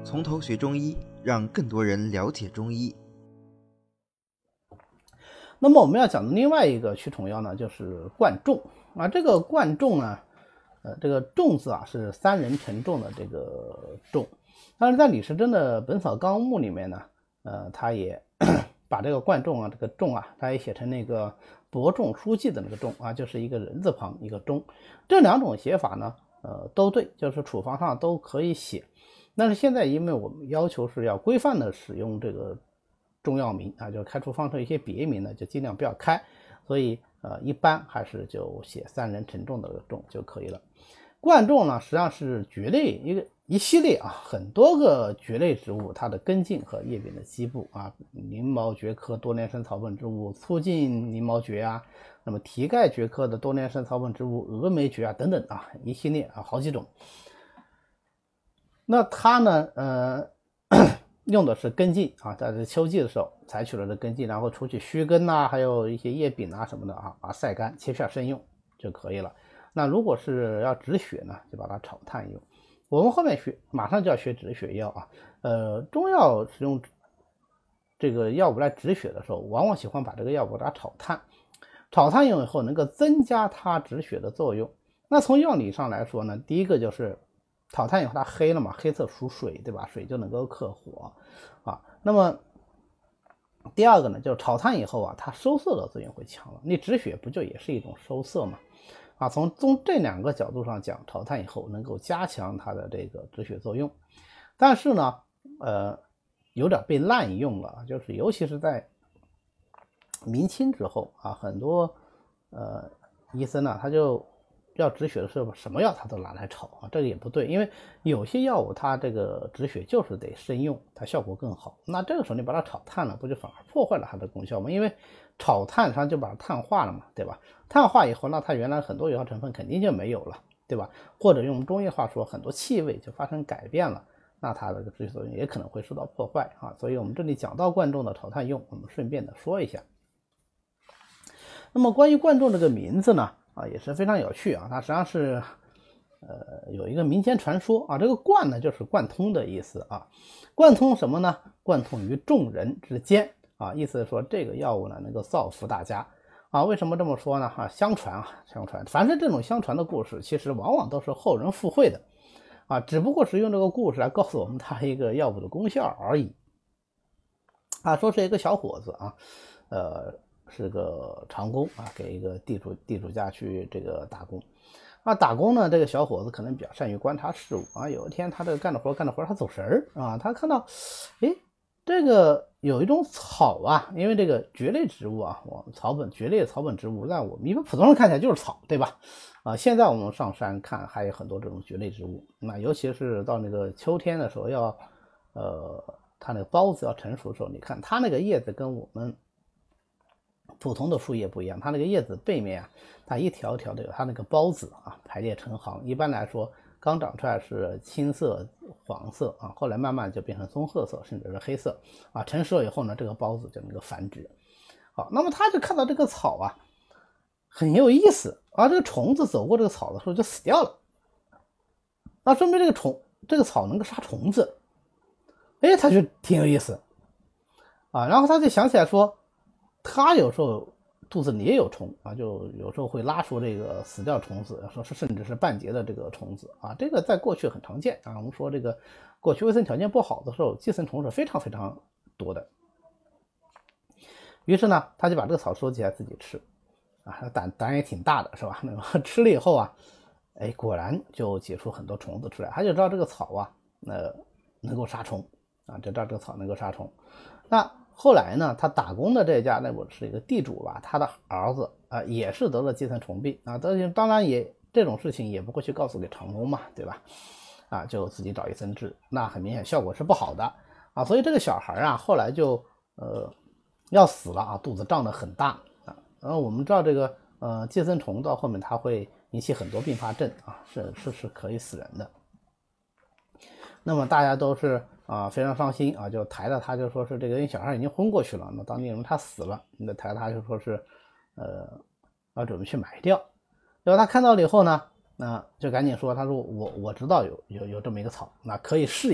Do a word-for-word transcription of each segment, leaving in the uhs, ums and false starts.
从头学中医，让更多人了解中医。 那么我们要讲的另外一个驱虫药呢，就是贯众啊。这个贯众呢，呃，这个众字啊是三人承重的这个众。但是在李时珍的《本草纲目》里面呢，呃，他也把这个贯众啊，这个众啊，他也写成那个伯仲书记的那个众啊，就是一个人字旁一个中。这两种写法呢，呃，都对，就是处方上都可以写。但是现在因为我们要求是要规范的使用这个中药名啊，就开处方上一些别名呢，就尽量不要开，所以呃一般还是就写三人承重的重就可以了。贯众呢实际上是蕨类一个一系列啊，很多个蕨类植物它的根茎和叶柄的基部啊，鳞毛蕨科多年生草本植物粗茎鳞毛蕨啊，那么蹄盖蕨科的多年生草本植物峨眉蕨啊等等啊，一系列啊好几种。那它呢呃用的是根茎啊，在这秋季的时候采取了这根茎，然后除去须根呐、啊，还有一些叶柄啊什么的啊，把它晒干切片生用就可以了。那如果是要止血呢，就把它炒炭用。我们后面学马上就要学止血药啊，呃，中药使用这个药物来止血的时候，往往喜欢把这个药物把它炒炭，炒炭用以后能够增加它止血的作用。那从药理上来说呢，第一个就是炒炭以后它黑了嘛，黑色属水，对吧？水就能够克火啊。那么第二个呢，就是炒炭以后啊，它收涩的作用会强了。你止血不就也是一种收涩吗？啊，从从这两个角度上讲，炒炭以后能够加强它的这个止血作用。但是呢，呃，有点被滥用了，就是尤其是在明清之后啊，很多呃医生呢，他就要止血的时候，什么药他都拿来炒啊，这个也不对，因为有些药物它这个止血就是得生用，它效果更好。那这个时候你把它炒炭了，不就反而破坏了它的功效吗？因为炒炭它就把它碳化了嘛，对吧？碳化以后，那它原来很多有效成分肯定就没有了，对吧？或者用中医话说，很多气味就发生改变了，那它的止血作用也可能会受到破坏啊。所以我们这里讲到贯众的炒炭用，我们顺便的说一下。那么关于贯众这个名字呢？啊，也是非常有趣啊！它实际上是，呃，有一个民间传说啊。这个贯呢，就是贯通的意思啊。贯通什么呢？贯通于众人之间啊，意思是说这个药物呢能够造福大家啊。为什么这么说呢？啊，相传啊，相传，凡是这种相传的故事，其实往往都是后人附会的啊，只不过是用这个故事来告诉我们它一个药物的功效而已啊。说是一个小伙子啊，呃。是个长工啊，给一个地主地主家去这个打工啊。打工呢，这个小伙子可能比较善于观察事物啊。有一天，他这个干着活干着活，他走神儿啊，他看到，哎，这个有一种草啊，因为这个蕨类植物啊，我们草本蕨类的草本植物，那我们一般普通人看起来就是草，对吧？啊，现在我们上山看还有很多这种蕨类植物，那尤其是到那个秋天的时候要，呃，它那个孢子要成熟的时候，你看它那个叶子跟我们普通的树叶不一样，它那个叶子背面啊，它一条一条的有它那个孢子啊，排列成行。一般来说，刚长出来是青色、黄色啊，后来慢慢就变成棕褐色，甚至是黑色啊。成熟以后呢，这个孢子就能够繁殖。好，那么他就看到这个草啊，很有意思啊，这个虫子走过这个草的时候就死掉了，那说明这个虫这个草能够杀虫子，哎，他就挺有意思啊。然后他就想起来说，他有时候肚子里也有虫啊，就有时候会拉出这个死掉虫子，说是甚至是半截的这个虫子啊，这个在过去很常见啊。我们说这个过去卫生条件不好的时候，寄生虫是非常非常多的。于是呢，他就把这个草收集来自己吃啊，胆胆也挺大的，是吧？那么吃了以后啊，哎，果然就解出很多虫子出来，他就知道这个草啊，呃，能够杀虫啊，就知道这个草能够杀虫。那后来呢，他打工的这家那不是一个地主吧，他的儿子啊、呃、也是得了寄生虫病啊，当然也这种事情也不会去告诉给长工嘛，对吧？啊，就自己找医生治，那很明显效果是不好的啊，所以这个小孩啊后来就呃要死了啊，肚子胀得很大啊。然后我们知道这个呃寄生虫到后面它会引起很多并发症啊，是是是可以死人的。那么大家都是啊非常伤心啊，就抬着他就说是这个小孩已经昏过去了，那当地人他死了，那抬着他就说是呃要准备去埋掉。然后他看到了以后呢，那就赶紧说，他说我我知道有有有这么一个草，那可以试一下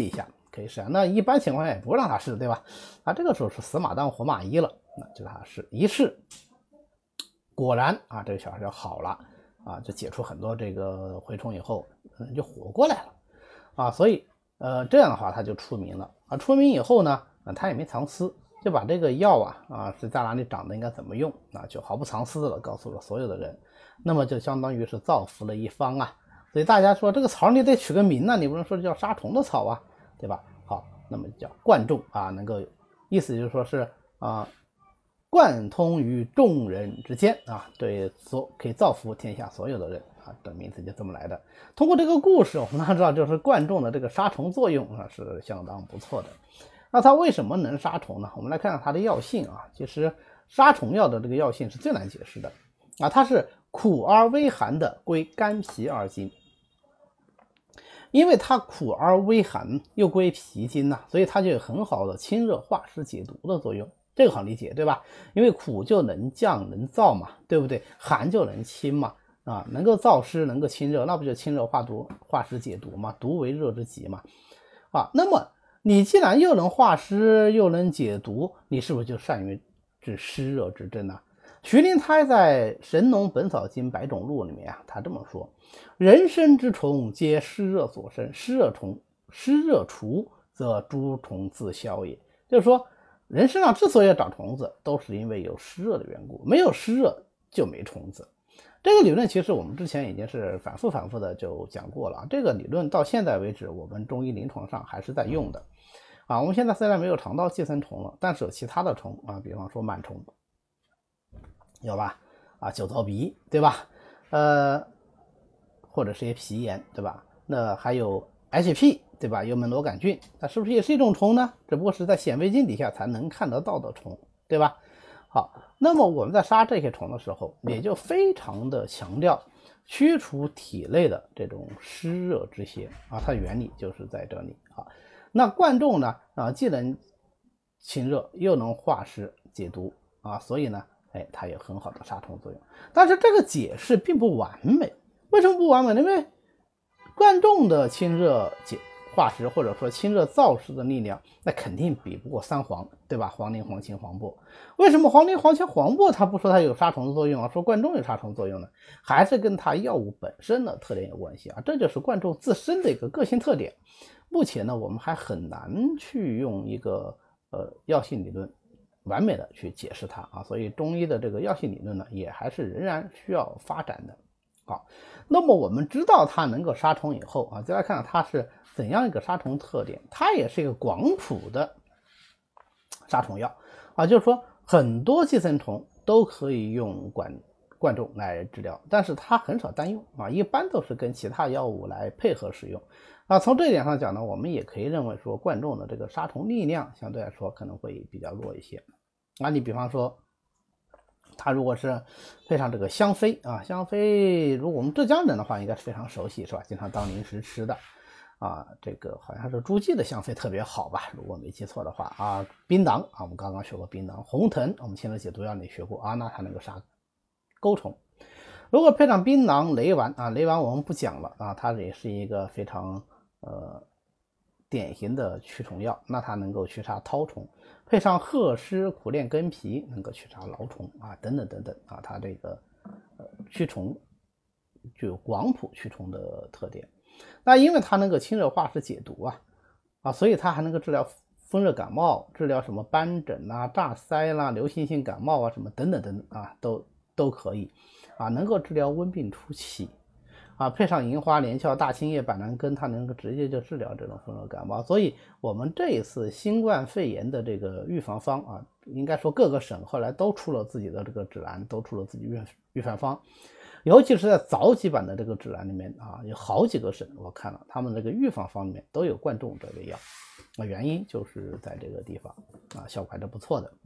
可以试啊。那一般情况下也不让他试，对吧？那这个时候是死马当活马医了，那就让他试一试，果然啊，这个小孩就好了啊，就解除很多这个蛔虫以后，嗯，就活过来了啊。所以呃这样的话他就出名了啊。出名以后呢，啊、他也没藏私，就把这个药啊啊是在哪里长的，应该怎么用啊，就毫不藏私的告诉了所有的人。那么就相当于是造福了一方啊。所以大家说这个草你得取个名啊，你不能说叫杀虫的草啊，对吧？好，那么叫贯众啊，能够意思就是说是啊。贯通于众人之间啊，对，所可以造福天下所有的人啊，的名字就这么来的。通过这个故事，我们知道就是贯众的这个杀虫作用啊是相当不错的。那它为什么能杀虫呢？我们来看看它的药性啊。其实杀虫药的这个药性是最难解释的啊，它是苦而微寒的，归肝脾二经。因为它苦而微寒，又归脾经呐、啊，所以它就有很好的清热化湿解毒的作用。这个好理解，对吧？因为苦就能降能燥嘛，对不对？寒就能清嘛，啊，能够燥湿，能够清热，那不就清热化毒、化湿解毒嘛？毒为热之极嘛，啊，那么你既然又能化湿又能解毒，你是不是就善于治湿热之症呢？徐林他在《神农本草经百种录》里面啊，他这么说：人生之虫皆湿热所生，湿热虫湿热除，则诸虫自消也。就是说人身上之所以长虫子，都是因为有湿热的缘故，没有湿热就没虫子。这个理论其实我们之前已经是反复反复的就讲过了，这个理论到现在为止我们中医临床上还是在用的啊。我们现在虽然没有肠道寄生虫了，但是有其他的虫啊，比方说螨虫有吧，啊酒糟鼻对吧，呃或者是些皮炎对吧，那还有 H P 对吧？幽门螺杆菌，它是不是也是一种虫呢？只不过是在显微镜底下才能看得到的虫，对吧？好，那么我们在杀这些虫的时候，也就非常的强调驱除体内的这种湿热之邪啊，它原理就是在这里啊。那贯众呢啊，既能清热又能化湿解毒啊，所以呢，哎，它有很好的杀虫作用。但是这个解释并不完美，为什么不完美？因为贯众的清热解化湿或者说清热燥湿的力量，那肯定比不过三黄，对吧？黄连、黄芩、黄柏。为什么黄连、黄芩、黄柏它不说它有杀虫的作用啊，说贯众有杀虫作用呢？还是跟它药物本身的特点有关系啊，这就是贯众自身的一个个性特点。目前呢，我们还很难去用一个呃药性理论完美的去解释它啊，所以中医的这个药性理论呢，也还是仍然需要发展的。好，那么我们知道它能够杀虫以后啊，再来看看它是怎样一个杀虫特点。它也是一个广谱的杀虫药啊，就是说很多寄生虫都可以用贯贯众来治疗，但是它很少单用啊，一般都是跟其他药物来配合使用啊。从这一点上讲呢，我们也可以认为说贯众的这个杀虫力量相对来说可能会比较弱一些啊。你比方说它如果是配上这个香妃啊，香妃如果我们浙江人的话应该是非常熟悉是吧，经常当零食吃的啊，这个好像是诸暨的香妃特别好吧，如果没记错的话啊。槟榔啊，我们刚刚学过槟榔，红藤我们清热解毒药里学过啊，那它能够杀钩虫。如果配上槟榔、雷丸啊，雷丸我们不讲了啊，它也是一个非常呃典型的驱虫药，那它能够驱杀绦虫。配上鹤狮、苦楝、根皮，能够驱杀蛲虫啊，等等等等啊，它这个呃驱虫具有广谱驱虫的特点。那因为它能够清热化湿解毒啊啊，所以它还能够治疗风热感冒，治疗什么斑疹啦、炸腮啦、流行性感冒啊什么等等等等啊，都都可以啊，能够治疗温病初期啊，配上银花、连翘、大青叶、板蓝根，它能够直接就治疗这种风热感冒。所以我们这一次新冠肺炎的这个预防方啊，应该说各个省后来都出了自己的这个指南，都出了自己预预防方。尤其是在早几版的这个指南里面啊，有好几个省我看了，他们这个预防方面都有贯众这个药，那原因就是在这个地方啊，效果还是不错的。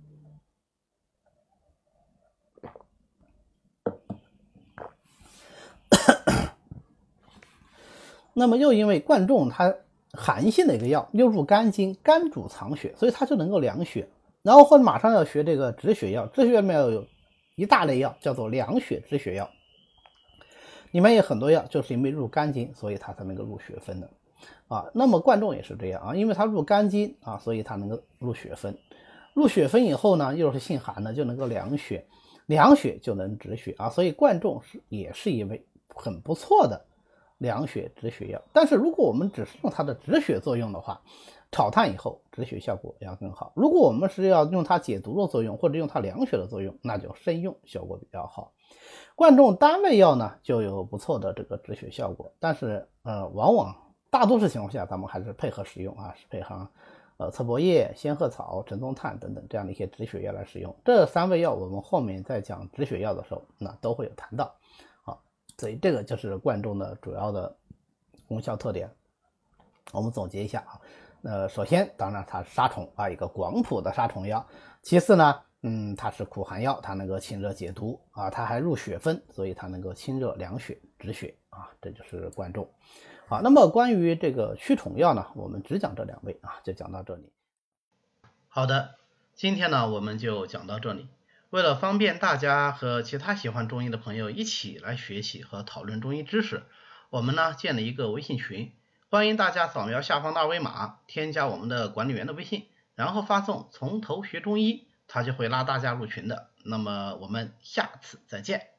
那么又因为贯众它寒性的一个药，又入肝经，肝主藏血，所以它就能够凉血。然后或者马上要学这个止血药，止血药里面有一大类药叫做凉血止血药，里面有很多药就是因为入肝经，所以它才能够入血分的。 啊。那么贯众也是这样啊，因为它入肝经啊，所以它能够入血分。入血分以后呢，又是性寒的，就能够凉血，凉血就能止血啊。所以贯众是也是一味很不错的凉血止血药。但是如果我们只是用它的止血作用的话，炒炭以后止血效果要更好。如果我们是要用它解毒的作用，或者用它凉血的作用，那就生用效果比较好。贯众单味药呢就有不错的这个止血效果，但是呃，往往大多数情况下咱们还是配合使用啊，是配合呃侧柏叶、仙鹤草、陈宗炭等等这样的一些止血药来使用。这三味药我们后面在讲止血药的时候，那都会有谈到啊。所以这个就是贯众的主要的功效特点。我们总结一下啊，呃，首先当然它是杀虫啊，一个广谱的杀虫药。其次呢，嗯，它是苦寒药，它能够清热解毒啊，它还入血分，所以它能够清热凉血止血啊，这就是贯众。好，那么关于这个驱虫药呢，我们只讲这两味啊，就讲到这里。 好的，今天呢我们就讲到这里。为了方便大家和其他喜欢中医的朋友一起来学习和讨论中医知识，我们呢建了一个微信群，欢迎大家扫描下方的二维码，添加我们的管理员的微信，然后发送从头学中医，他就会拉大家入群的。那么我们下次再见。